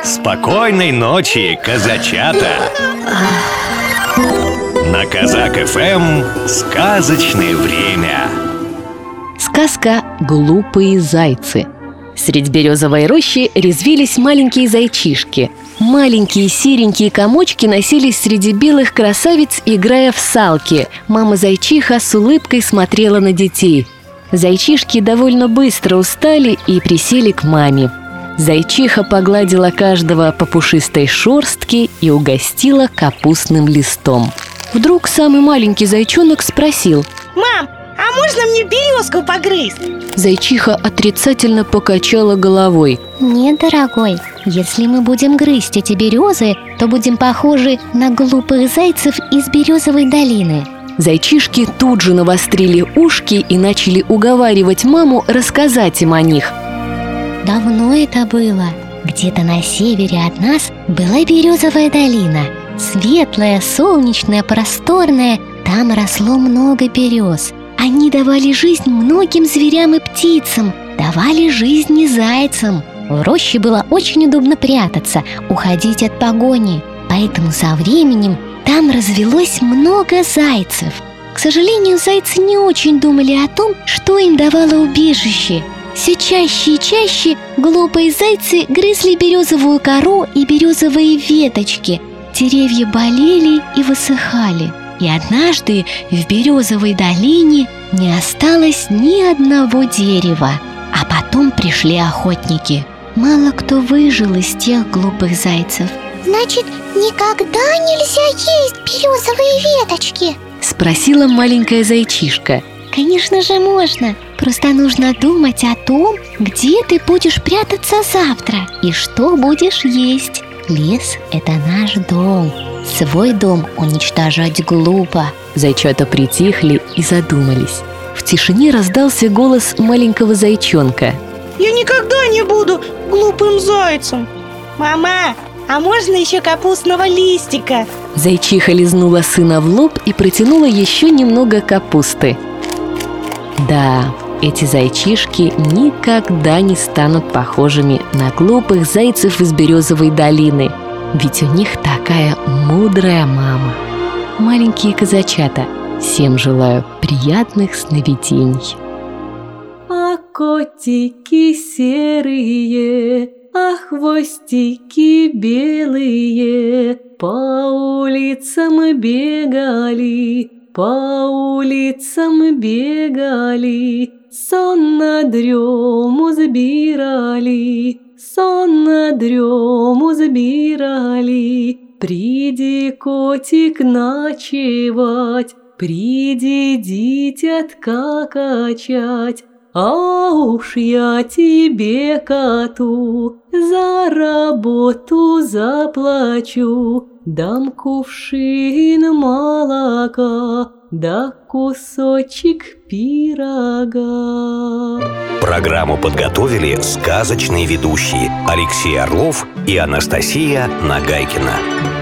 Спокойной ночи, казачата! На Казак ФМ сказочное время. Сказка «Глупые зайцы». Средь березовой рощи резвились маленькие зайчишки. Маленькие серенькие комочки носились среди белых красавиц, играя в салки. Мама-зайчиха с улыбкой смотрела на детей. Зайчишки довольно быстро устали и присели к маме. Зайчиха погладила каждого по пушистой шерстке и угостила капустным листом. Вдруг самый маленький зайчонок спросил: «Мам, а можно мне березку погрызть?» Зайчиха отрицательно покачала головой. «Нет, дорогой, если мы будем грызть эти березы, то будем похожи на глупых зайцев из березовой долины». Зайчишки тут же навострили ушки и начали уговаривать маму рассказать им о них. Давно это было. Где-то на севере от нас была березовая долина. Светлая, солнечная, просторная. Там росло много берез. Они давали жизнь многим зверям и птицам, давали жизнь и зайцам. В роще было очень удобно прятаться, уходить от погони. Поэтому со временем там развелось много зайцев. К сожалению, зайцы не очень думали о том, что им давало убежище. Все чаще и чаще глупые зайцы грызли березовую кору и березовые веточки. Деревья болели и высыхали. И однажды в березовой долине не осталось ни одного дерева. А потом пришли охотники. Мало кто выжил из тех глупых зайцев. «Значит, никогда нельзя есть березовые веточки?» — спросила маленькая зайчишка. Конечно же можно. Просто нужно думать о том, где ты будешь прятаться завтра и что будешь есть. Лес – это наш дом. Свой дом уничтожать глупо. Зайчата притихли и задумались. В тишине раздался голос маленького зайчонка. «Я никогда не буду глупым зайцем!» «Мама, а можно еще капустного листика?» Зайчиха лизнула сына в лоб и протянула еще немного капусты. Да, эти зайчишки никогда не станут похожими на глупых зайцев из березовой долины. Ведь у них такая мудрая мама. Маленькие казачата, всем желаю приятных сновидений. А котики серые, а хвостики белые по улицам бегали, по улицам бегали, сон на дрему забирали, сон на дрему забирали. Приди, котик, ночевать, приди, дитятка качать. А уж я тебе, коту, за работу заплачу. Дам кувшин молока, да кусочек пирога. Программу подготовили сказочные ведущие Алексей Орлов и Анастасия Нагайкина.